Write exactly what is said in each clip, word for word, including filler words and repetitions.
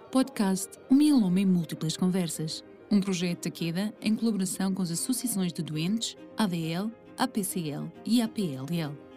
Podcast O Mieloma em Múltiplas Conversas, um projeto da Queda em colaboração com as associações de doentes, A D L, A P C L e A P L L.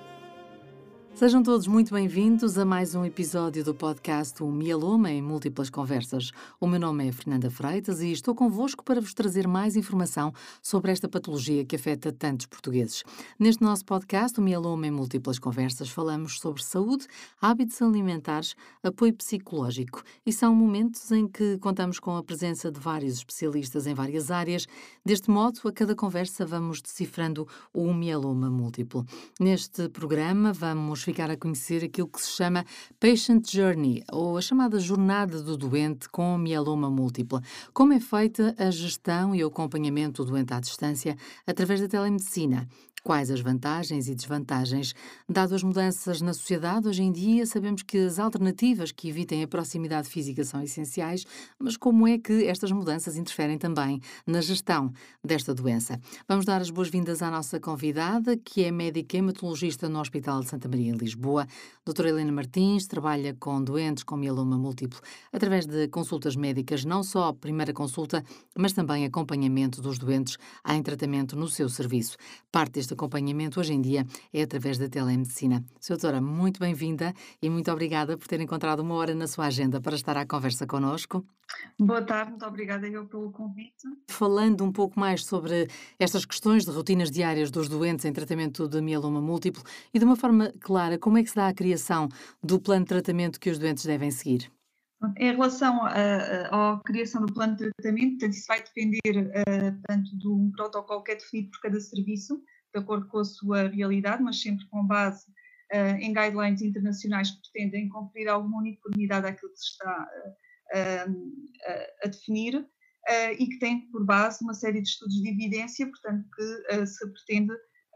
Sejam todos muito bem-vindos a mais um episódio do podcast O Mieloma em Múltiplas Conversas. O meu nome é Fernanda Freitas e estou convosco para vos trazer mais informação sobre esta patologia que afeta tantos portugueses. Neste nosso podcast, O Mieloma em Múltiplas Conversas, falamos sobre saúde, hábitos alimentares, apoio psicológico e são momentos em que contamos com a presença de vários especialistas em várias áreas. Deste modo, a cada conversa vamos decifrando o mieloma múltiplo. Neste programa, vamos ficar a conhecer aquilo que se chama Patient Journey, ou a chamada jornada do doente com mieloma múltipla. Como é feita a gestão e o acompanhamento do doente à distância através da telemedicina? Quais as vantagens e desvantagens? Dado as mudanças na sociedade, hoje em dia sabemos que as alternativas que evitem a proximidade física são essenciais, mas como é que estas mudanças interferem também na gestão desta doença? Vamos dar as boas-vindas à nossa convidada, que é médica hematologista no Hospital de Santa Maria, em Lisboa. Doutora Helena Martins trabalha com doentes com mieloma múltiplo através de consultas médicas, não só primeira consulta, mas também acompanhamento dos doentes em tratamento no seu serviço. Parte deste acompanhamento hoje em dia é através da telemedicina. Senhora Doutora, muito bem-vinda e muito obrigada por ter encontrado uma hora na sua agenda para estar à conversa connosco. Boa tarde, muito obrigada eu pelo convite. Falando um pouco mais sobre estas questões de rotinas diárias dos doentes em tratamento de mieloma múltiplo e de uma forma clara, como é que se dá a criação do plano de tratamento que os doentes devem seguir? Em relação à, à criação do plano de tratamento, portanto, isso vai depender uh, portanto, de um protocolo que é definido por cada serviço, de acordo com a sua realidade, mas sempre com base uh, em guidelines internacionais que pretendem conferir alguma uniformidade àquilo que se está uh, uh, a definir uh, e que tem por base uma série de estudos de evidência, portanto, que uh, se pretende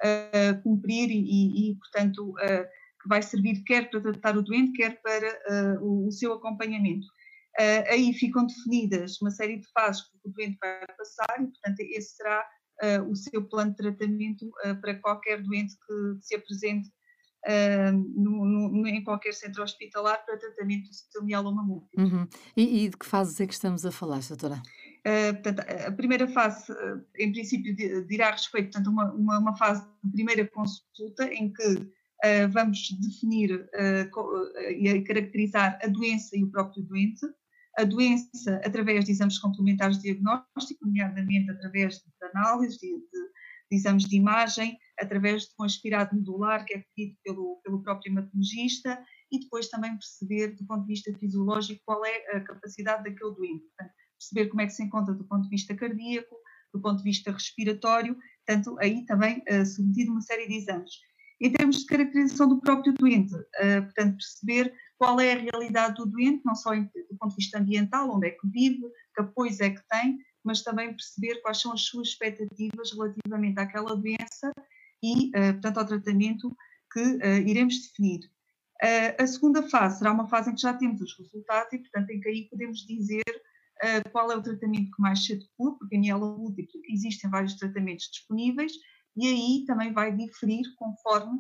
uh, cumprir e, e, e portanto, uh, que vai servir quer para tratar o doente, quer para uh, o, o seu acompanhamento. Uh, aí ficam definidas uma série de fases que o doente vai passar e, portanto, esse será uh, o seu plano de tratamento uh, para qualquer doente que se apresente uh, no, no, em qualquer centro hospitalar para tratamento do seu mieloma múltiplo. Uhum. E, e de que fases é que estamos a falar, doutora? Uh, portanto, a primeira fase, uh, em princípio, dirá respeito portanto, a uma, uma, uma fase de primeira consulta em que Uh, vamos definir uh, uh, e caracterizar a doença e o próprio doente, a doença através de exames complementares de diagnóstico, nomeadamente através de análises, de, de, de exames de imagem, através de um aspirado medular que é pedido pelo, pelo próprio hematologista e depois também perceber do ponto de vista fisiológico qual é a capacidade daquele doente, portanto, perceber como é que se encontra do ponto de vista cardíaco, do ponto de vista respiratório, portanto, aí também uh, submetido uma série de exames. Em termos de caracterização do próprio doente, uh, portanto, perceber qual é a realidade do doente, não só em, do ponto de vista ambiental, onde é que vive, que apoios é que tem, mas também perceber quais são as suas expectativas relativamente àquela doença e, uh, portanto, ao tratamento que uh, iremos definir. Uh, a segunda fase será uma fase em que já temos os resultados e, portanto, em que aí podemos dizer uh, qual é o tratamento que mais se adequa, porque em mieloma múltiplo existem vários tratamentos disponíveis, e aí também vai diferir conforme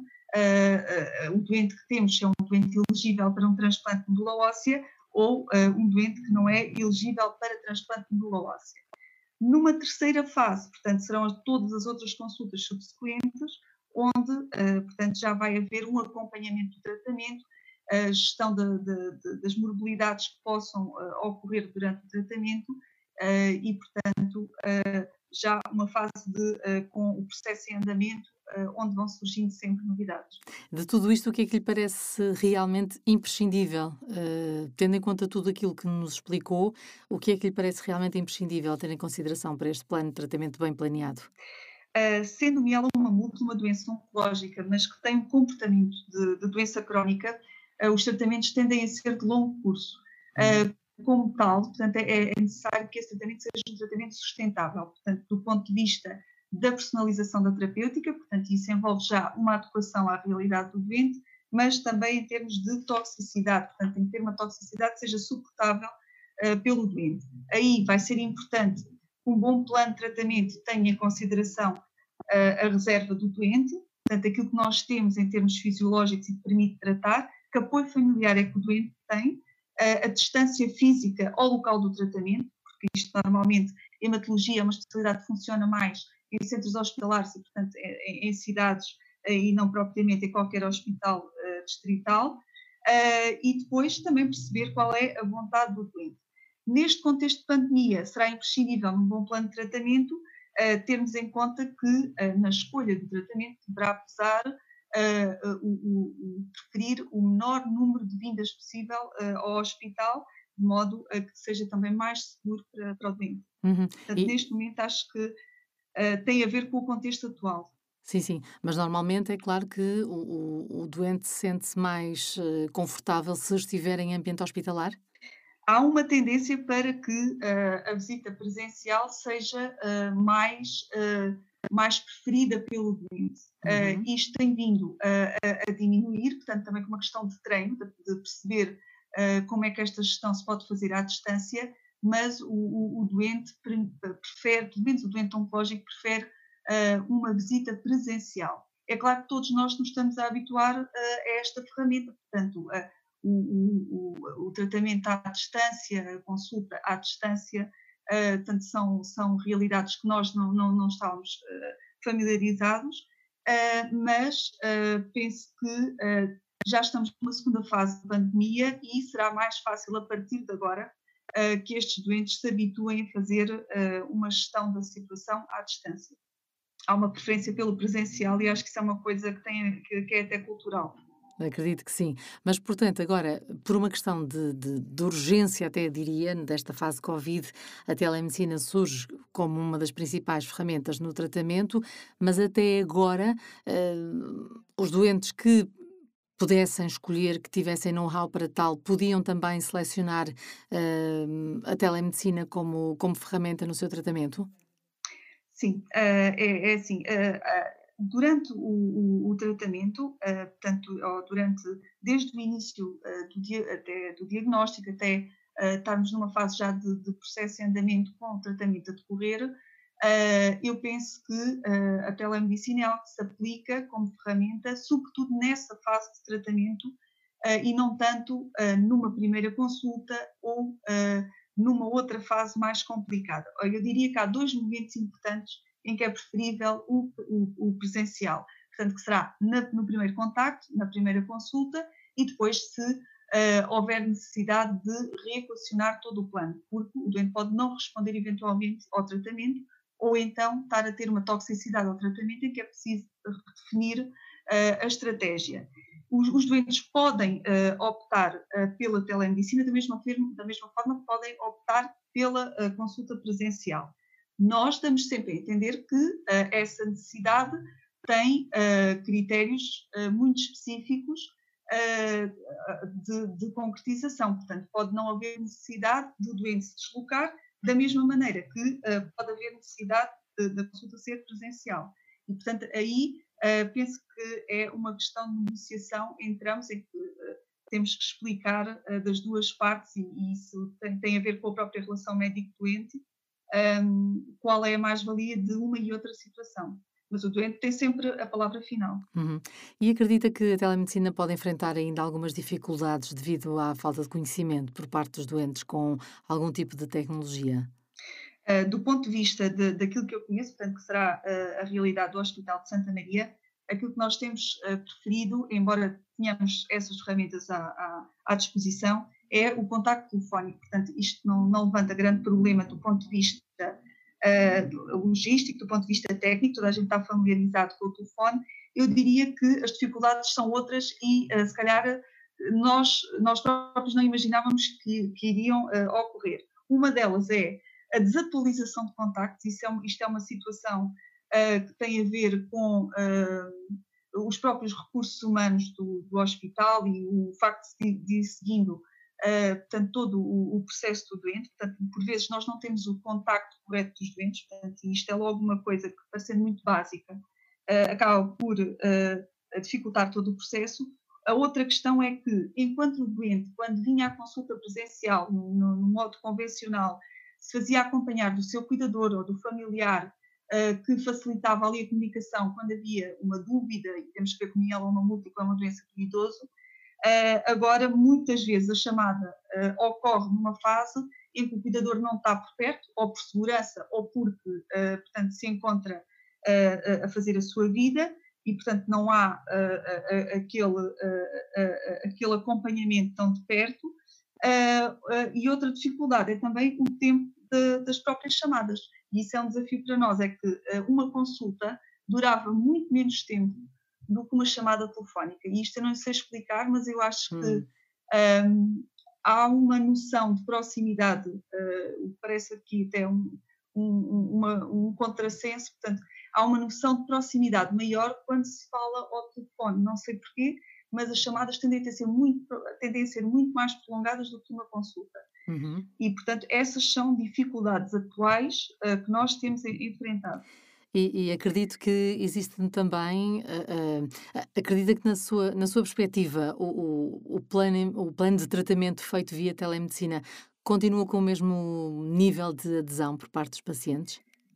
uh, uh, o doente que temos, se é um doente elegível para um transplante de medula óssea ou uh, um doente que não é elegível para transplante de medula óssea. Numa terceira fase, portanto, serão todas as outras consultas subsequentes, onde, uh, portanto, já vai haver um acompanhamento do tratamento, a gestão de, de, de, das morbilidades que possam uh, ocorrer durante o tratamento uh, e, portanto, uh, já uma fase de, uh, com o processo em andamento, uh, onde vão surgindo sempre novidades. De tudo isto, o que é que lhe parece realmente imprescindível? Uh, tendo em conta tudo aquilo que nos explicou, o que é que lhe parece realmente imprescindível ter em consideração para este plano de tratamento bem planeado? Uh, sendo o mieloma múltiplo uma doença oncológica, mas que tem um comportamento de, de doença crónica, uh, os tratamentos tendem a ser de longo curso. Uh, Como tal, portanto, é, é necessário que esse tratamento seja um tratamento sustentável, portanto, do ponto de vista da personalização da terapêutica, portanto, isso envolve já uma adequação à realidade do doente, mas também em termos de toxicidade, portanto, tem que ter uma toxicidade que seja suportável uh, pelo doente. Aí vai ser importante que um bom plano de tratamento tenha em consideração uh, a reserva do doente, portanto, aquilo que nós temos em termos fisiológicos e que permite tratar, que apoio familiar é que o doente tem, a, a distância física ao local do tratamento, porque isto normalmente, hematologia é uma especialidade que funciona mais em centros hospitalares e, portanto, em, em cidades uh, e não propriamente em qualquer hospital uh, distrital, uh, e depois também perceber qual é a vontade do doente. Neste contexto de pandemia, será imprescindível, num bom plano de tratamento, uh, termos em conta que, uh, na escolha do tratamento, deverá pesar uh, uh, o, o, o preferir o menor número de vindas possível uh, ao hospital, de modo a que seja também mais seguro para, para o doente. Uhum. Portanto, E, neste momento, acho que uh, tem a ver com o contexto atual. sim, sim, mas normalmente é claro que o, o, o doente sente-se mais eh, confortável se estiver em ambiente hospitalar? Há uma tendência para que uh, a visita presencial seja uh, mais, uh, mais preferida pelo doente. Uh, Uhum. isto tem vindo a, a, a diminuir, portanto, também com uma questão de treino, de, de perceber uh, como é que esta gestão se pode fazer à distância, mas o, o, o doente prefere, pelo menos o doente oncológico, prefere uh, uma visita presencial. É claro que todos nós nos estamos a habituar uh, a esta ferramenta, portanto, uh, O, o, o, o tratamento à distância, a consulta à distância, uh, portanto, são, são realidades que nós não, não, não estávamos uh, familiarizados, uh, mas uh, penso que uh, já estamos numa segunda fase de pandemia e será mais fácil a partir de agora uh, que estes doentes se habituem a fazer uh, uma gestão da situação à distância. Há uma preferência pelo presencial e acho que isso é uma coisa que, tem, que, que é até cultural. Acredito que sim. Mas, portanto, agora, por uma questão de, de, de urgência, até diria, desta fase Covid, a telemedicina surge como uma das principais ferramentas no tratamento, mas até agora, eh, os doentes que pudessem escolher, que tivessem know-how para tal, podiam também selecionar eh, a telemedicina como, como ferramenta no seu tratamento? Sim, uh, é, é assim, uh, uh, durante o, o, o tratamento, uh, portanto, ou durante, desde o início uh, do, dia, até, do diagnóstico até uh, estarmos numa fase já de, de processo em andamento com o tratamento a decorrer, uh, eu penso que uh, a telemedicina é algo que se aplica como ferramenta, sobretudo nessa fase de tratamento uh, e não tanto uh, numa primeira consulta ou uh, numa outra fase mais complicada. Eu diria que há dois momentos importantes em que é preferível o, o, o presencial. Portanto, que será na, no primeiro contacto, na primeira consulta, e depois se uh, houver necessidade de reequacionar todo o plano, porque o doente pode não responder eventualmente ao tratamento, ou então estar a ter uma toxicidade ao tratamento em que é preciso definir uh, a estratégia. Os, os doentes podem uh, optar uh, pela telemedicina, da mesma, da mesma forma que podem optar pela uh, consulta presencial. Nós damos sempre a entender que uh, essa necessidade tem uh, critérios uh, muito específicos uh, de, de concretização. Portanto, pode não haver necessidade do doente se deslocar, da mesma maneira que uh, pode haver necessidade da consulta ser presencial. E, portanto, aí Uh, penso que é uma questão de negociação entre ambos, em que uh, temos que explicar uh, das duas partes, e, e isso tem, tem a ver com a própria relação médico-doente, um, qual é a mais-valia de uma e outra situação. Mas o doente tem sempre a palavra final. Uhum. E acredita que a telemedicina pode enfrentar ainda algumas dificuldades devido à falta de conhecimento por parte dos doentes com algum tipo de tecnologia? Uh, do ponto de vista de, daquilo que eu conheço, portanto, que será uh, a realidade do Hospital de Santa Maria, aquilo que nós temos uh, preferido, embora tenhamos essas ferramentas à, à, à, disposição, é o contacto telefónico. Portanto, isto não, não levanta grande problema do ponto de vista uh, logístico, do ponto de vista técnico, toda a gente está familiarizado com o telefone. Eu diria que as dificuldades são outras e, uh, se calhar, nós, nós próprios não imaginávamos que, que iriam uh, ocorrer. Uma delas é a desatualização de contactos. Isso é, isto é uma situação uh, que tem a ver com uh, os próprios recursos humanos do, do hospital e o facto de, de ir seguindo uh, portanto, todo o, o processo do doente. Portanto, por vezes nós não temos o contacto correto dos doentes, portanto, isto é logo uma coisa que, para ser muito básica, uh, acaba por uh, dificultar todo o processo. A outra questão é que, enquanto o doente, quando vinha à consulta presencial, no, no, no modo convencional, se fazia acompanhar do seu cuidador ou do familiar uh, que facilitava ali a comunicação quando havia uma dúvida, e temos que ver com ela uma múltipla, uma doença do idoso, Uh, agora, muitas vezes a chamada uh, ocorre numa fase em que o cuidador não está por perto, ou por segurança, ou porque, uh, portanto, se encontra uh, a fazer a sua vida e, portanto, não há uh, uh, aquele, uh, uh, aquele acompanhamento tão de perto. Uh, uh, e outra dificuldade é também o tempo de, das próprias chamadas. E isso é um desafio para nós, é que uh, uma consulta durava muito menos tempo do que uma chamada telefónica. E isto eu não sei explicar, mas eu acho que Hum. um, há uma noção de proximidade, uh, parece aqui até um, um, uma, um contrassenso, portanto, há uma noção de proximidade maior quando se fala ao telefone. Não sei porquê, mas as chamadas tendem a ser muito, tendem a ser muito mais prolongadas do que uma consulta. Uhum. E, portanto, essas são dificuldades atuais uh, que nós temos enfrentado. E, e acredito que existem também, uh, uh, acredita que na sua, na sua perspectiva o, o, o, plano, o plano de tratamento feito via telemedicina continua com o mesmo nível de adesão por parte dos pacientes?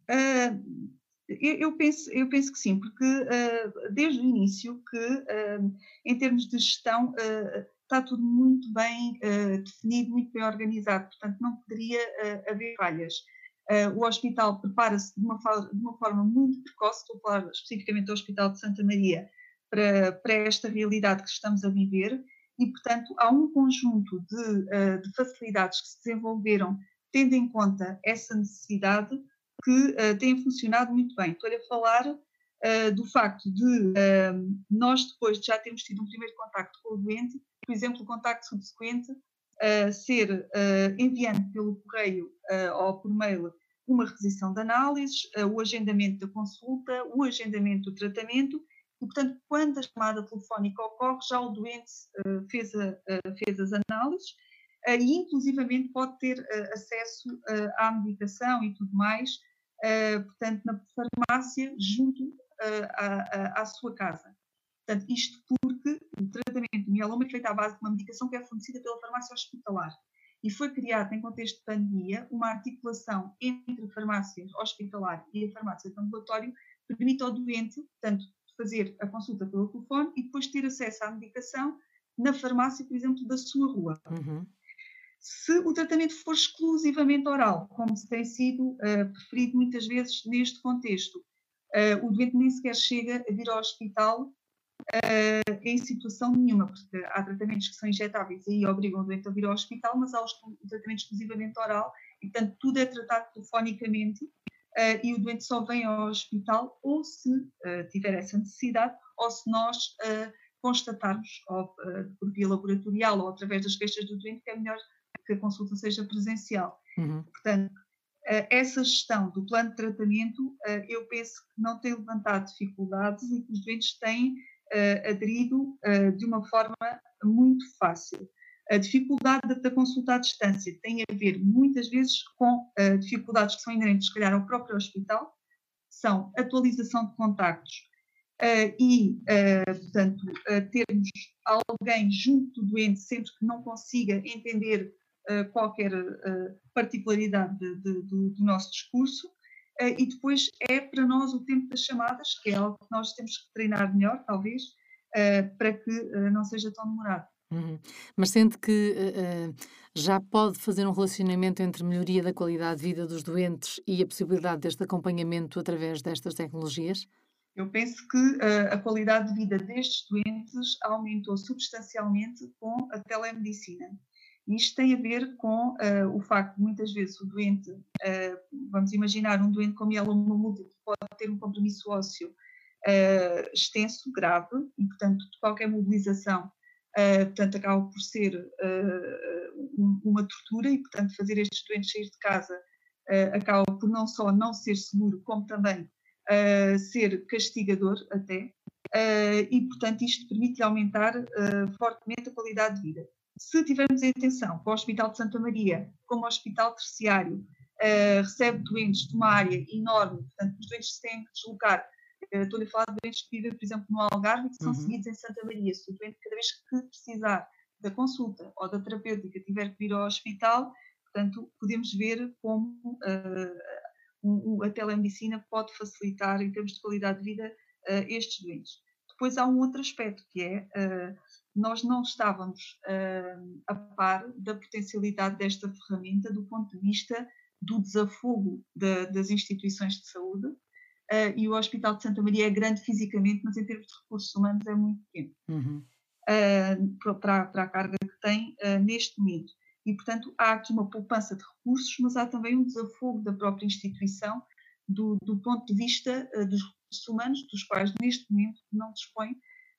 Uh, eu, eu, penso, eu penso que sim, porque uh, desde o início que uh, em termos de gestão uh, está tudo muito bem uh, definido, muito bem organizado, portanto não poderia uh, haver falhas. Uh, o hospital prepara-se de uma, de uma forma muito precoce, estou a falar especificamente do Hospital de Santa Maria, para, para esta realidade que estamos a viver e, portanto, há um conjunto de, uh, de facilidades que se desenvolveram tendo em conta essa necessidade que uh, têm funcionado muito bem. Estou-lhe a falar uh, do facto de uh, nós depois de já termos tido um primeiro contacto com o doente, por exemplo, o contacto subsequente, Uh, ser uh, enviando pelo correio uh, ou por mail uma requisição de análises, uh, o agendamento da consulta, o agendamento do tratamento e, portanto, quando a chamada telefónica ocorre, já o doente uh, fez, a, uh, fez as análises uh, e, inclusivamente, pode ter uh, acesso uh, à medicação e tudo mais, uh, portanto, na farmácia, junto uh, à, à, à sua casa. Portanto, isto porque o tratamento do mieloma é feito à base de uma medicação que é fornecida pela farmácia hospitalar. E foi criada, em contexto de pandemia, uma articulação entre a farmácia hospitalar e a farmácia de ambulatório que permite ao doente, portanto, fazer a consulta pelo telefone e depois ter acesso à medicação na farmácia, por exemplo, da sua rua. Uhum. Se o tratamento for exclusivamente oral, como se tem sido uh, preferido muitas vezes neste contexto, uh, o doente nem sequer chega a vir ao hospital Uh, em situação nenhuma, porque há tratamentos que são injetáveis e aí obrigam o doente a vir ao hospital, mas há o tratamento exclusivamente oral e, portanto, tudo é tratado telefonicamente uh, e o doente só vem ao hospital ou se uh, tiver essa necessidade ou se nós uh, constatarmos ou, uh, por via laboratorial ou através das queixas do doente que é melhor que a consulta seja presencial. Uhum. Portanto, uh, essa gestão do plano de tratamento uh, eu penso que não tem levantado dificuldades e que os doentes têm Uh, aderido uh, de uma forma muito fácil. A dificuldade da consulta à distância tem a ver muitas vezes com uh, dificuldades que são inerentes, se calhar, ao próprio hospital, são atualização de contactos uh, e, uh, portanto, uh, termos alguém junto do doente sempre que não consiga entender uh, qualquer uh, particularidade de, de, do, do nosso discurso. Uh, e depois é para nós o tempo das chamadas, que é algo que nós temos que treinar melhor, talvez, uh, para que uh, não seja tão demorado. Uhum. Mas sente que uh, já pode fazer um relacionamento entre melhoria da qualidade de vida dos doentes e a possibilidade deste acompanhamento através destas tecnologias? Eu penso que uh, a qualidade de vida destes doentes aumentou substancialmente com a telemedicina. Isto tem a ver com uh, o facto de muitas vezes o doente, uh, vamos imaginar um doente com mieloma múltiplo pode ter um compromisso ósseo uh, extenso, grave, e portanto qualquer mobilização uh, portanto, acaba por ser uh, uma tortura e portanto fazer estes doentes sair de casa uh, acaba por não só não ser seguro, como também uh, ser castigador até, uh, e portanto isto permite aumentar uh, fortemente a qualidade de vida. Se tivermos em atenção que o Hospital de Santa Maria, como hospital terciário, uh, recebe doentes de uma área enorme, portanto, os doentes se têm que deslocar. Uh, Estou-lhe a falar de doentes que vivem, por exemplo, no Algarve e que são Uhum. seguidos em Santa Maria. Se o doente, cada vez que precisar da consulta ou da terapêutica, tiver que vir ao hospital, portanto, podemos ver como uh, um, a telemedicina pode facilitar, em termos de qualidade de vida, uh, estes doentes. Depois há um outro aspecto, que é uh, nós não estávamos uh, a par da potencialidade desta ferramenta do ponto de vista do desafogo de, das instituições de saúde, uh, e o Hospital de Santa Maria é grande fisicamente, mas em termos de recursos humanos é muito pequeno, Uhum. uh, para, para a carga que tem uh, neste momento. E, portanto, há aqui uma poupança de recursos, mas há também um desafogo da própria instituição do, do ponto de vista uh, dos recursos humanos, dos quais neste momento não dispõe,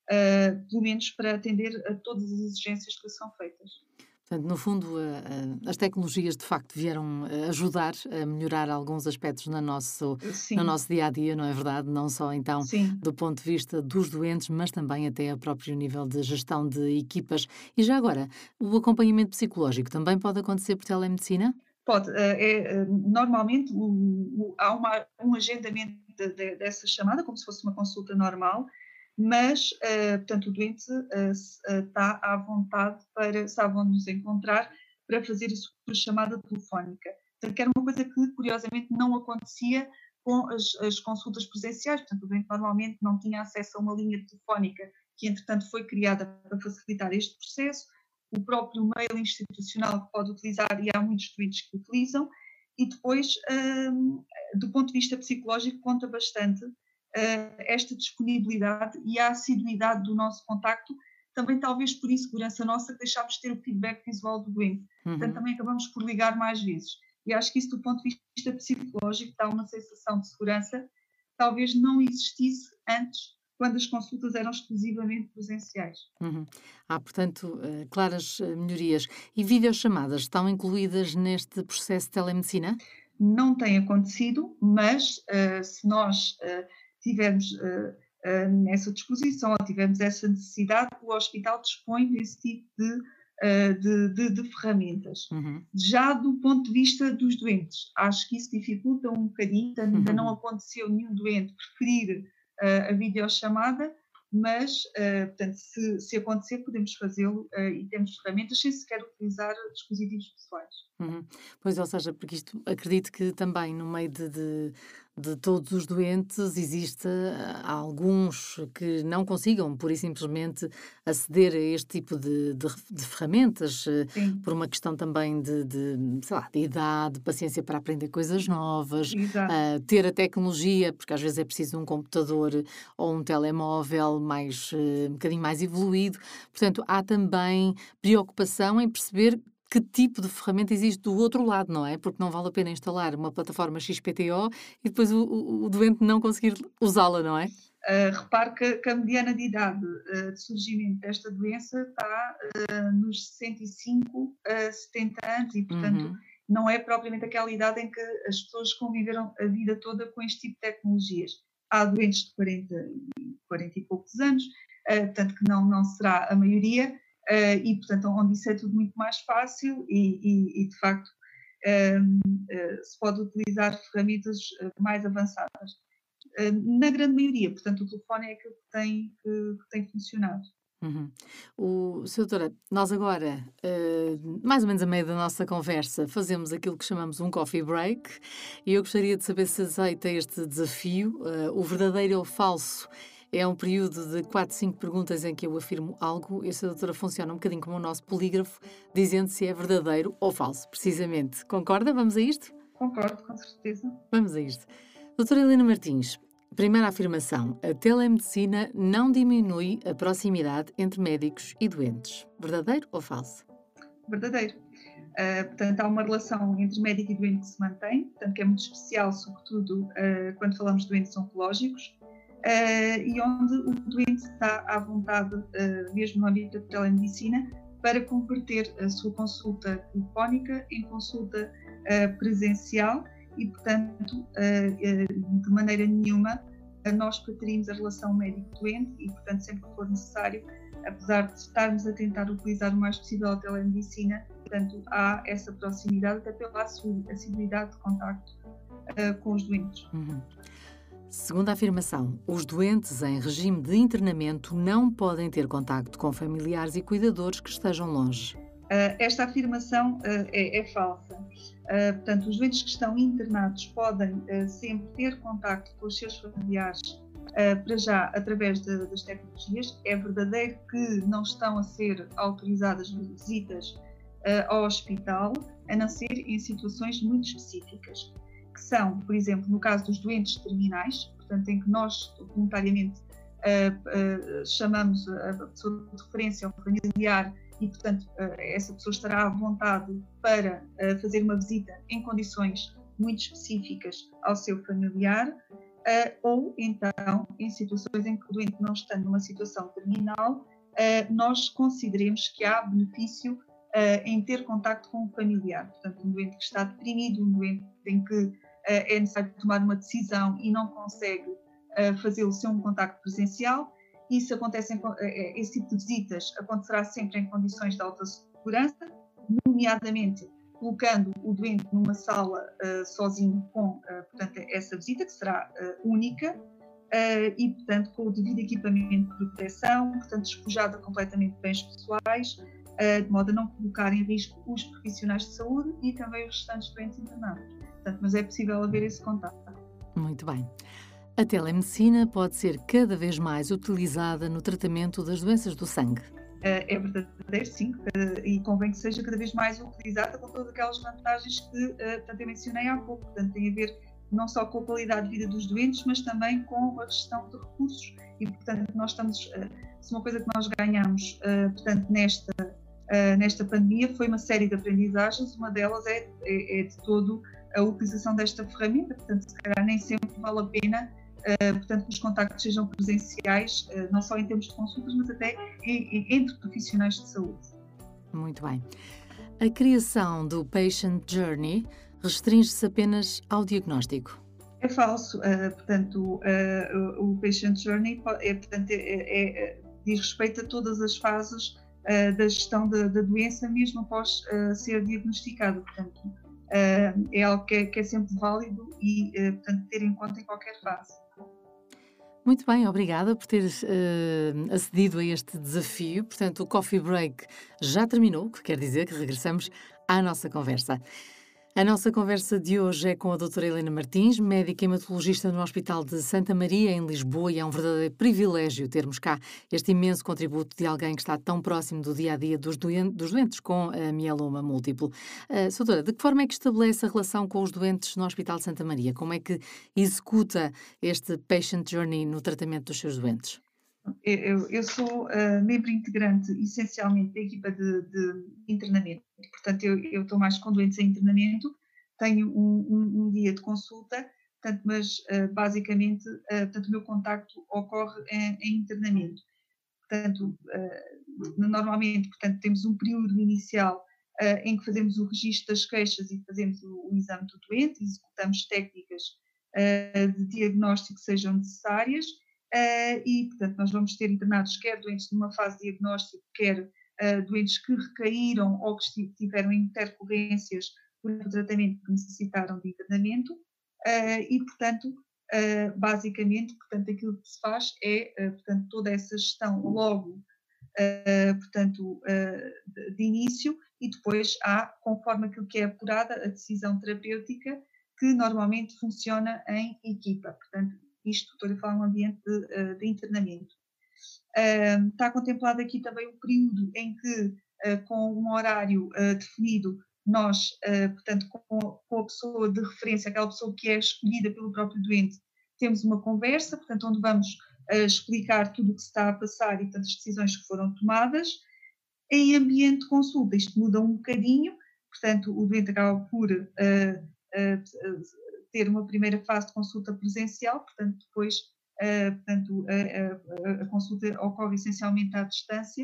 uh, pelo menos para atender a todas as exigências que são feitas. Portanto, no fundo, uh, uh, as tecnologias de facto vieram uh, ajudar a melhorar alguns aspectos no nosso, no nosso dia-a-dia, não é verdade? Não só então Sim. do ponto de vista dos doentes, mas também até a próprio nível de gestão de equipas. E já agora, o acompanhamento psicológico também pode acontecer por telemedicina? Pode. É, é, normalmente o, o, há uma, um agendamento de, de, dessa chamada, como se fosse uma consulta normal, mas, uh, portanto, o doente uh, está à vontade para, sabe onde nos encontrar, para fazer a sua chamada telefónica. Portanto, que era uma coisa que, curiosamente, não acontecia com as, as consultas presenciais. Portanto, o doente normalmente não tinha acesso a uma linha telefónica que, entretanto, foi criada para facilitar este processo, o próprio mail institucional que pode utilizar, e há muitos doentes que utilizam, e depois, um, do ponto de vista psicológico, conta bastante Uh, esta disponibilidade e a assiduidade do nosso contacto, também talvez por insegurança nossa que deixámos de ter o feedback visual do doente. Uhum. Portanto, também acabamos por ligar mais vezes. E acho que isso, do ponto de vista psicológico, dá uma sensação de segurança que talvez não existisse antes, quando as consultas eram exclusivamente presenciais. Uhum. Há, portanto, uh, claras uh, melhorias. E videochamadas estão incluídas neste processo de telemedicina? Não tem acontecido, mas uh, se nós uh, tivermos uh, uh, nessa disposição ou tivermos essa necessidade, o hospital dispõe desse tipo de, uh, de, de, de ferramentas. Uhum. Já do ponto de vista dos doentes, acho que isso dificulta um bocadinho, ainda não aconteceu nenhum doente preferir uh, a videochamada, mas, uh, portanto, se, se acontecer, podemos fazê-lo uh, e temos ferramentas sem sequer utilizar dispositivos pessoais. Uhum. Pois, ou seja, porque isto acredito que também no meio de, de, de todos os doentes existe uh, alguns que não consigam, pura e simplesmente, aceder a este tipo de, de, de ferramentas, uh, por uma questão também de, de, sei lá, de idade, de paciência para aprender coisas novas, uh, ter a tecnologia, porque às vezes é preciso um computador ou um telemóvel mais, uh, um bocadinho mais evoluído. Portanto, há também preocupação em perceber que tipo de ferramenta existe do outro lado, não é? Porque não vale a pena instalar uma plataforma X P T O e depois o, o, o doente não conseguir usá-la, não é? Uh, repare que, que a mediana de idade uh, de surgimento desta doença está uh, nos sessenta e cinco a setenta anos e, portanto, uhum. não é propriamente aquela idade em que as pessoas conviveram a vida toda com este tipo de tecnologias. Há doentes de quarenta, quarenta e poucos anos, uh, portanto, que não, não será a maioria, Uh, e, portanto, onde isso é tudo muito mais fácil e, e, e de facto, um, uh, se pode utilizar ferramentas mais avançadas. Uh, na grande maioria, portanto, o telefone é aquilo que tem, que, que tem funcionado. Uhum. O, senhora doutora, nós agora, uh, mais ou menos a meio da nossa conversa, fazemos aquilo que chamamos um coffee break e eu gostaria de saber se aceita este desafio, uh, o verdadeiro ou falso. É um período de quatro, cinco perguntas em que eu afirmo algo e a senhora doutora funciona um bocadinho como o nosso polígrafo, dizendo se é verdadeiro ou falso, precisamente. Concorda? Vamos a isto? Concordo, com certeza. Vamos a isto. Doutora Helena Martins, primeira afirmação. A telemedicina não diminui a proximidade entre médicos e doentes. Verdadeiro ou falso? Verdadeiro. Uh, portanto, há uma relação entre médico e doente que se mantém, portanto, que é muito especial, sobretudo uh, quando falamos de doentes oncológicos. Uh, e onde o doente está à vontade, uh, mesmo no âmbito da telemedicina, para converter a sua consulta telefónica em consulta uh, presencial e, portanto, uh, uh, de maneira nenhuma uh, nós preterimos a relação médico-doente e, portanto, sempre que for necessário, apesar de estarmos a tentar utilizar o mais possível a telemedicina, portanto, há essa proximidade até pela assiduidade de contacto uh, com os doentes. Uhum. Segunda afirmação, os doentes em regime de internamento não podem ter contacto com familiares e cuidadores que estejam longe. Uh, esta afirmação uh, é, é falsa. Uh, portanto, os doentes que estão internados podem uh, sempre ter contacto com os seus familiares uh, para já através de, das tecnologias. É verdadeiro que não estão a ser autorizadas visitas uh, ao hospital, a não ser em situações muito específicas, que são, por exemplo, no caso dos doentes terminais, portanto, em que nós voluntariamente uh, uh, chamamos a pessoa de referência ao familiar e, portanto, uh, essa pessoa estará à vontade para uh, fazer uma visita em condições muito específicas ao seu familiar, uh, ou então, em situações em que o doente não está numa situação terminal, uh, nós consideremos que há benefício uh, em ter contacto com o familiar. Portanto, um doente que está deprimido, um doente em que uh, é necessário tomar uma decisão e não consegue uh, fazê-lo sem um contacto presencial. Isso acontece em, uh, esse tipo de visitas acontecerá sempre em condições de alta segurança, nomeadamente colocando o doente numa sala uh, sozinho com, uh, portanto, essa visita, que será uh, única, uh, e, portanto, com o devido equipamento de proteção, portanto, despojada completamente de bens pessoais, uh, de modo a não colocar em risco os profissionais de saúde e também os restantes doentes internados. Portanto, mas é possível haver esse contato. Muito bem. A telemedicina pode ser cada vez mais utilizada no tratamento das doenças do sangue. É verdadeiro, sim, e convém que seja cada vez mais utilizada com todas aquelas vantagens que portanto, eu mencionei há pouco. Portanto, tem a ver não só com a qualidade de vida dos doentes, mas também com a gestão de recursos. E, portanto, nós estamos, se uma coisa que nós ganhamos, portanto, nesta, nesta pandemia foi uma série de aprendizagens. Uma delas é, é, é de todo a utilização desta ferramenta. Portanto, se calhar nem sempre vale a pena Uh, portanto, que os contactos sejam presenciais, uh, não só em termos de consultas, mas até em, em, entre profissionais de saúde. Muito bem. A criação do Patient Journey restringe-se apenas ao diagnóstico? É falso. Uh, portanto, uh, o Patient Journey é, portanto, é, é, diz respeito a todas as fases uh, da gestão da, da doença, mesmo após uh, ser diagnosticado. Portanto, uh, é algo que é, que é sempre válido e, uh, portanto, ter em conta em qualquer fase. Muito bem, obrigada por teres uh, acedido a este desafio. Portanto, o Coffee Break já terminou, o que quer dizer que regressamos à nossa conversa. A nossa conversa de hoje é com a doutora Helena Martins, médica hematologista no Hospital de Santa Maria, em Lisboa, e é um verdadeiro privilégio termos cá este imenso contributo de alguém que está tão próximo do dia-a-dia dos doentes, dos doentes com a mieloma múltiplo. Uh, doutora, de que forma é que estabelece a relação com os doentes no Hospital de Santa Maria? Como é que executa este Patient Journey no tratamento dos seus doentes? Eu, eu sou uh, membro integrante, essencialmente, da equipa de, de internamento. Portanto, eu, eu estou mais com doentes em internamento, tenho um, um, um dia de consulta, portanto, mas uh, basicamente uh, portanto, o meu contacto ocorre em, em internamento. Portanto, uh, normalmente, portanto, temos um período inicial uh, em que fazemos o registro das queixas e fazemos o, o exame do doente, executamos técnicas uh, de diagnóstico que sejam necessárias. Uh, e, portanto, nós vamos ter internados quer doentes numa fase de diagnóstico, quer uh, doentes que recaíram ou que tiveram intercorrências por um tratamento que necessitaram de internamento uh, e, portanto, uh, basicamente, portanto, aquilo que se faz é, uh, portanto, toda essa gestão logo, uh, portanto, uh, de, de início e depois há, conforme aquilo que é apurada, a decisão terapêutica que normalmente funciona em equipa, portanto, isto estou a falar num ambiente de, de internamento. Uh, está contemplado aqui também o período em que, uh, com um horário uh, definido, nós, uh, portanto, com, com a pessoa de referência, aquela pessoa que é escolhida pelo próprio doente, temos uma conversa, portanto, onde vamos uh, explicar tudo o que se está a passar e, portanto, as decisões que foram tomadas. Em ambiente de consulta, isto muda um bocadinho, portanto, o doente acaba por uh, uh, uh, ter uma primeira fase de consulta presencial, portanto, depois uh, portanto, a, a, a consulta ocorre essencialmente à distância,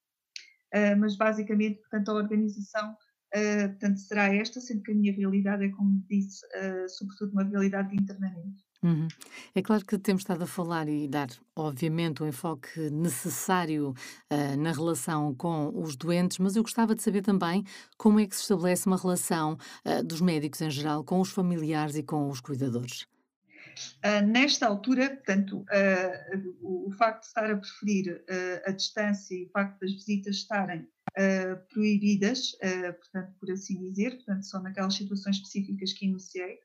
uh, mas basicamente, portanto, a organização uh, portanto, será esta, sendo que a minha realidade é, como disse, uh, sobretudo uma realidade de internamento. Uhum. É claro que temos estado a falar e dar, obviamente, o enfoque necessário uh, na relação com os doentes, mas eu gostava de saber também como é que se estabelece uma relação uh, dos médicos em geral com os familiares e com os cuidadores. Uh, nesta altura, portanto, uh, o, o facto de estar a preferir uh, a distância e o facto das visitas estarem uh, proibidas, uh, portanto, por assim dizer, portanto, só naquelas situações específicas que enunciei,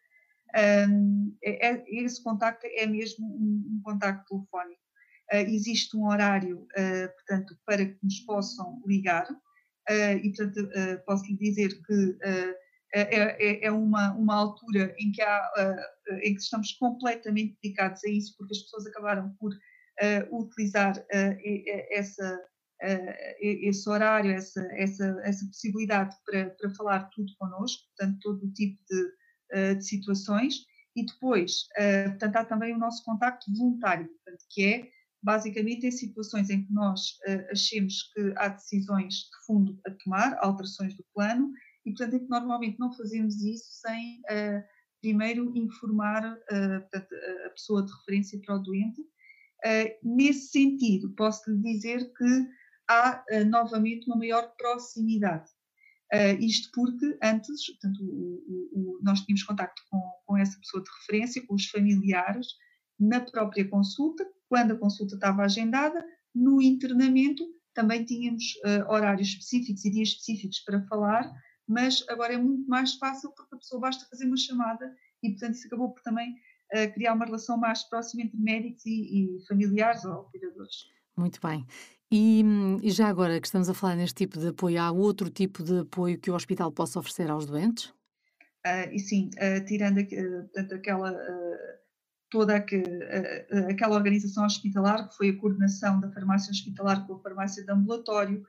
Um, é, é, esse contacto é mesmo um, um contacto telefónico. Uh, existe um horário, uh, portanto, para que nos possam ligar, uh, e, portanto, uh, posso lhe dizer que uh, é, é, é uma, uma altura em que, há, uh, em que estamos completamente dedicados a isso, porque as pessoas acabaram por uh, utilizar uh, essa, uh, esse horário, essa, essa, essa possibilidade para, para falar tudo connosco, portanto, todo o tipo de de situações, e depois, uh, portanto, há também o nosso contacto voluntário, portanto, que é basicamente em situações em que nós uh, achemos que há decisões de fundo a tomar, alterações do plano, e portanto em que normalmente não fazemos isso sem uh, primeiro informar uh, portanto, a pessoa de referência para o doente. Uh, nesse sentido, posso lhe dizer que há uh, novamente uma maior proximidade. Uh, isto porque antes, portanto, o, o, o, nós tínhamos contacto com, com essa pessoa de referência, com os familiares, na própria consulta, quando a consulta estava agendada, no internamento também tínhamos uh, horários específicos e dias específicos para falar, mas agora é muito mais fácil porque a pessoa basta fazer uma chamada e, portanto, isso acabou por também uh, criar uma relação mais próxima entre médicos e, e familiares ou cuidadores. Muito bem. E, e já agora que estamos a falar neste tipo de apoio, há outro tipo de apoio que o hospital possa oferecer aos doentes? Uh, e sim, uh, tirando uh, portanto, aquela, uh, toda a que, uh, aquela organização hospitalar, que foi a coordenação da farmácia hospitalar com a farmácia de ambulatório,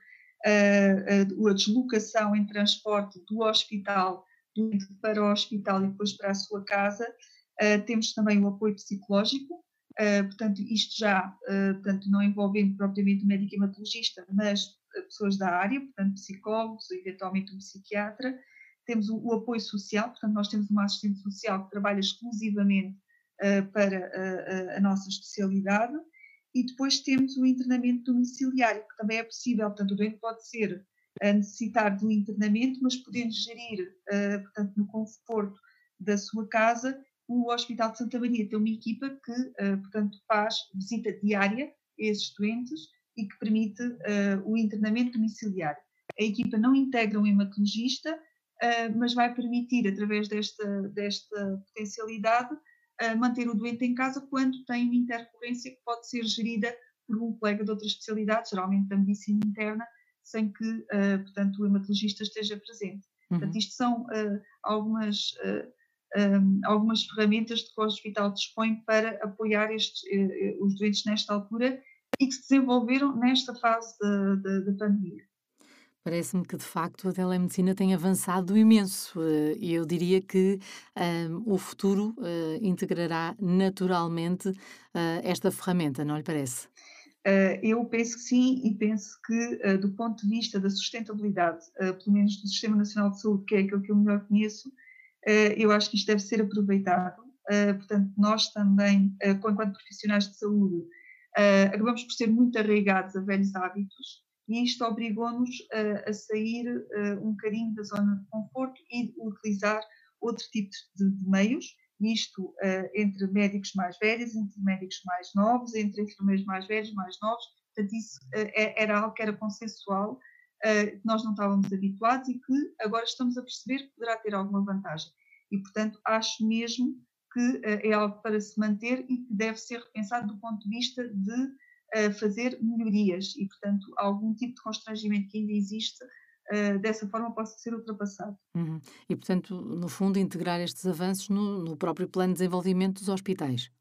uh, a, a deslocação em transporte do hospital para o hospital e depois para a sua casa, uh, temos também o apoio psicológico. Uh, portanto, isto já, uh, portanto, não envolvendo propriamente o médico hematologista, mas uh, pessoas da área, portanto, psicólogos, eventualmente um psiquiatra. Temos o, o apoio social, portanto, nós temos uma assistente social que trabalha exclusivamente uh, para uh, a nossa especialidade, e depois temos o internamento domiciliário, que também é possível, portanto, o doente pode ser a necessitar do internamento, mas podendo gerir, uh, portanto, no conforto da sua casa. O Hospital de Santa Maria tem uma equipa que, uh, portanto, faz visita diária a esses doentes e que permite uh, o internamento domiciliário. A equipa não integra um hematologista, uh, mas vai permitir, através desta, desta potencialidade, uh, manter o doente em casa quando tem uma intercorrência que pode ser gerida por um colega de outra especialidade, geralmente da medicina interna, sem que, uh, portanto, o hematologista esteja presente. Uhum. Portanto, isto são uh, algumas... Uh, Um, algumas ferramentas de que o hospital dispõe para apoiar estes, uh, os doentes nesta altura e que se desenvolveram nesta fase da pandemia. Parece-me que, de facto, a telemedicina tem avançado imenso e eu diria que um, o futuro uh, integrará naturalmente uh, esta ferramenta, não lhe parece? Uh, eu penso que sim, e penso que, uh, do ponto de vista da sustentabilidade, uh, pelo menos do Sistema Nacional de Saúde, que é aquilo que eu melhor conheço, Uh, eu acho que isto deve ser aproveitado. Uh, portanto, nós também, uh, enquanto profissionais de saúde, uh, acabamos por ser muito arraigados a velhos hábitos e isto obrigou-nos uh, a sair uh, um bocadinho da zona de conforto e utilizar outro tipo de, de meios, isto uh, entre médicos mais velhos, entre médicos mais novos, entre enfermeiros mais velhos, mais novos. Portanto, isso uh, era algo que era consensual, Uh, que nós não estávamos habituados e que agora estamos a perceber que poderá ter alguma vantagem. E, portanto, acho mesmo que uh, é algo para se manter e que deve ser repensado do ponto de vista de uh, fazer melhorias e, portanto, algum tipo de constrangimento que ainda existe, uh, dessa forma possa ser ultrapassado. Uhum. E, portanto, no fundo, integrar estes avanços no, no próprio plano de desenvolvimento dos hospitais.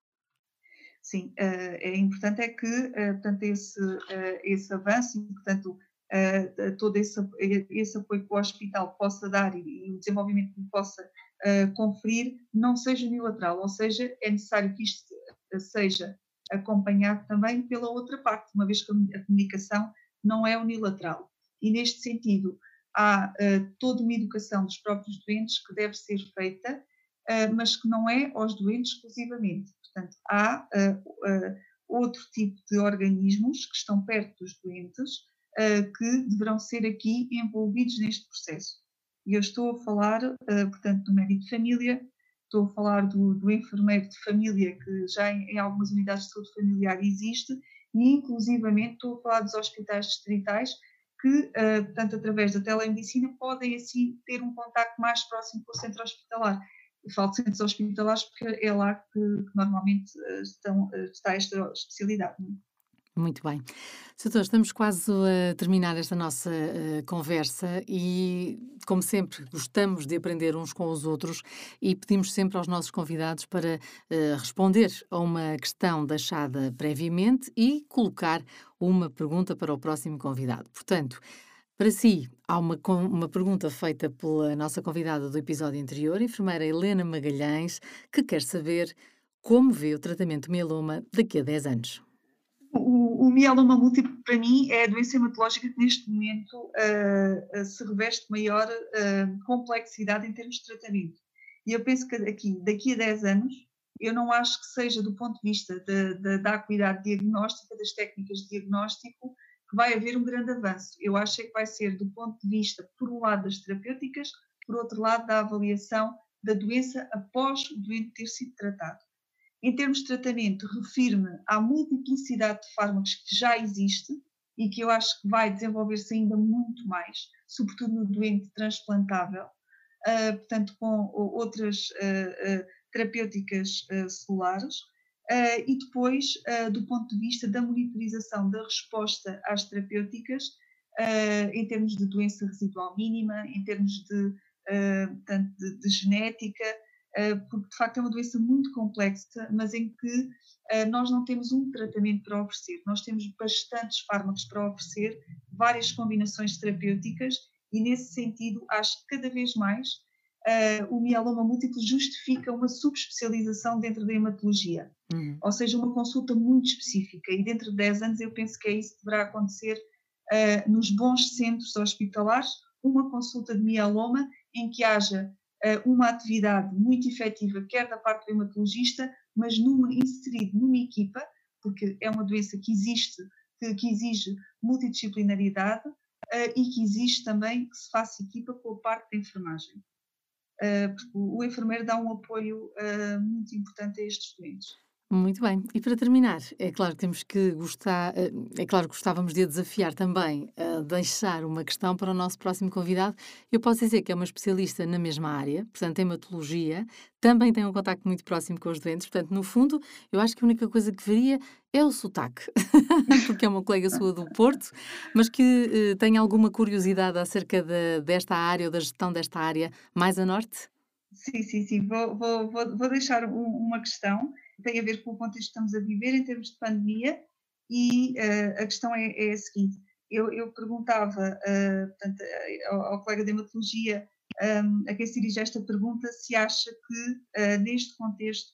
Sim, uh, é importante é que, uh, portanto, esse, uh, esse avanço e, portanto, Uh, todo esse, esse apoio que o hospital possa dar e, e o desenvolvimento que possa uh, conferir não seja unilateral, ou seja, é necessário que isto seja acompanhado também pela outra parte, uma vez que a comunicação não é unilateral. E neste sentido, há uh, toda uma educação dos próprios doentes que deve ser feita, uh, mas que não é aos doentes exclusivamente. Portanto, há uh, outro tipo de organismos que estão perto dos doentes, Uh, que deverão ser aqui envolvidos neste processo. E eu estou a falar, uh, portanto, do médico de família, estou a falar do, do enfermeiro de família, que já em, em algumas unidades de saúde familiar existe, e inclusivamente estou a falar dos hospitais distritais, que, uh, portanto, através da telemedicina, podem assim ter um contacto mais próximo com o centro hospitalar. Eu falo de centros hospitalares porque é lá que, que normalmente uh, estão, uh, está esta especialidade. Não é? Muito bem. doutor, estamos quase a terminar esta nossa uh, conversa e, como sempre, gostamos de aprender uns com os outros e pedimos sempre aos nossos convidados para uh, responder a uma questão deixada previamente e colocar uma pergunta para o próximo convidado. Portanto, para si, há uma, uma pergunta feita pela nossa convidada do episódio anterior, a enfermeira Helena Magalhães, que quer saber como vê o tratamento de mieloma daqui a dez anos. O, o mieloma múltiplo, para mim, é a doença hematológica que neste momento uh, uh, se reveste maior uh, complexidade em termos de tratamento. E eu penso que aqui, daqui a dez anos, eu não acho que seja do ponto de vista de, de, da acuidade diagnóstica, das técnicas de diagnóstico, que vai haver um grande avanço. Eu acho é que vai ser do ponto de vista, por um lado, das terapêuticas, por outro lado, da avaliação da doença após o doente ter sido tratado. Em termos de tratamento, refiro-me à multiplicidade de fármacos que já existe e que eu acho que vai desenvolver-se ainda muito mais, sobretudo no doente transplantável, uh, portanto, com outras uh, uh, terapêuticas uh, celulares. Uh, e depois, uh, do ponto de vista da monitorização da resposta às terapêuticas, uh, em termos de doença residual mínima, em termos de, uh, portanto, de, de genética, porque de facto é uma doença muito complexa, mas em que uh, nós não temos um tratamento para oferecer, nós temos bastantes fármacos para oferecer, várias combinações terapêuticas e nesse sentido acho que cada vez mais uh, o mieloma múltiplo justifica uma subespecialização dentro da hematologia, uhum. Ou seja, uma consulta muito específica e dentro de dez anos eu penso que é isso que deverá acontecer uh, nos bons centros hospitalares, uma consulta de mieloma em que haja uma atividade muito efetiva, quer da parte do hematologista, mas numa, inserido numa equipa, porque é uma doença que existe, que, que exige multidisciplinaridade uh, e que exige também que se faça equipa com a parte da enfermagem. Uh, porque o enfermeiro dá um apoio uh, muito importante a estes doentes. Muito bem. E para terminar, é claro que temos que gostar, é claro que gostávamos de a desafiar também a deixar uma questão para o nosso próximo convidado. Eu posso dizer que é uma especialista na mesma área, portanto, em hematologia, também tem um contacto muito próximo com os doentes, portanto, no fundo, eu acho que a única coisa que varia é o sotaque, porque é uma colega sua do Porto, mas que uh, tem alguma curiosidade acerca de, desta área ou da gestão desta área mais a norte? Sim, sim, sim. Vou, vou, vou, vou deixar um, uma questão. Tem a ver com o contexto que estamos a viver em termos de pandemia e uh, a questão é, é a seguinte, eu, eu perguntava uh, portanto, ao, ao colega de hematologia um, a quem se dirige esta pergunta se acha que uh, neste contexto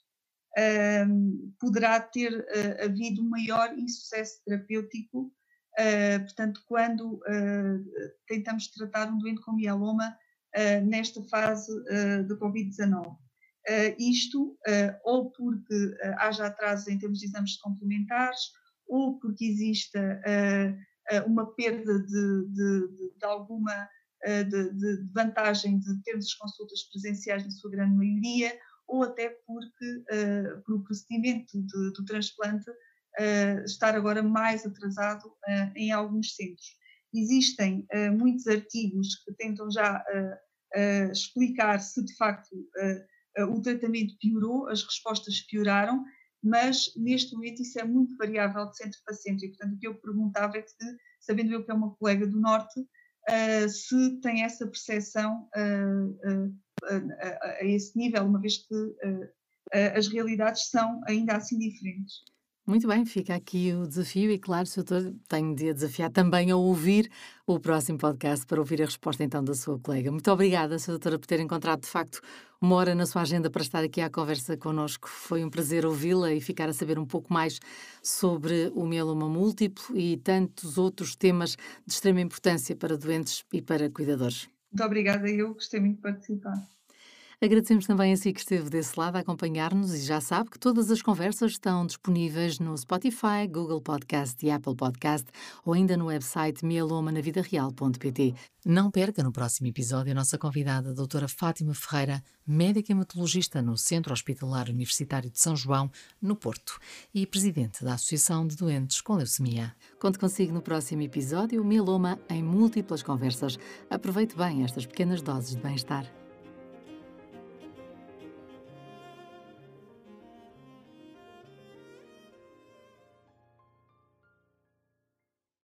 um, poderá ter uh, havido um maior insucesso terapêutico, uh, portanto quando uh, tentamos tratar um doente com mieloma uh, nesta fase uh, de covid dezanove. Uh, isto uh, ou porque uh, haja atrasos em termos de exames complementares, ou porque exista uh, uh, uma perda de, de, de, de alguma uh, de, de vantagem de termos as consultas presenciais na sua grande maioria, ou até porque uh, por o procedimento de, do transplante uh, estar agora mais atrasado uh, em alguns centros. Existem uh, muitos artigos que tentam já uh, uh, explicar se de facto uh, o tratamento piorou, as respostas pioraram, mas neste momento isso é muito variável de centro para centro e, portanto, o que eu perguntava é que, sabendo eu que é uma colega do Norte, uh, se tem essa percepção uh, uh, uh, a, a esse nível, uma vez que uh, uh, as realidades são ainda assim diferentes. Muito bem, fica aqui o desafio e, claro, doutor, tenho de a desafiar também a ouvir o próximo podcast para ouvir a resposta, então, da sua colega. Muito obrigada, doutora, por ter encontrado, de facto, uma hora na sua agenda para estar aqui à conversa connosco. Foi um prazer ouvi-la e ficar a saber um pouco mais sobre o mieloma múltiplo e tantos outros temas de extrema importância para doentes e para cuidadores. Muito obrigada, eu gostei muito de participar. Agradecemos também a si que esteve desse lado a acompanhar-nos e já sabe que todas as conversas estão disponíveis no Spotify, Google Podcast e Apple Podcast ou ainda no website mieloma na vida real ponto pt. Não perca no próximo episódio a nossa convidada, a doutora Fátima Ferreira, médica hematologista no Centro Hospitalar Universitário de São João, no Porto, e presidente da Associação de Doentes com Leucemia. Conto consigo no próximo episódio, Mieloma em Múltiplas Conversas. Aproveite bem estas pequenas doses de bem-estar.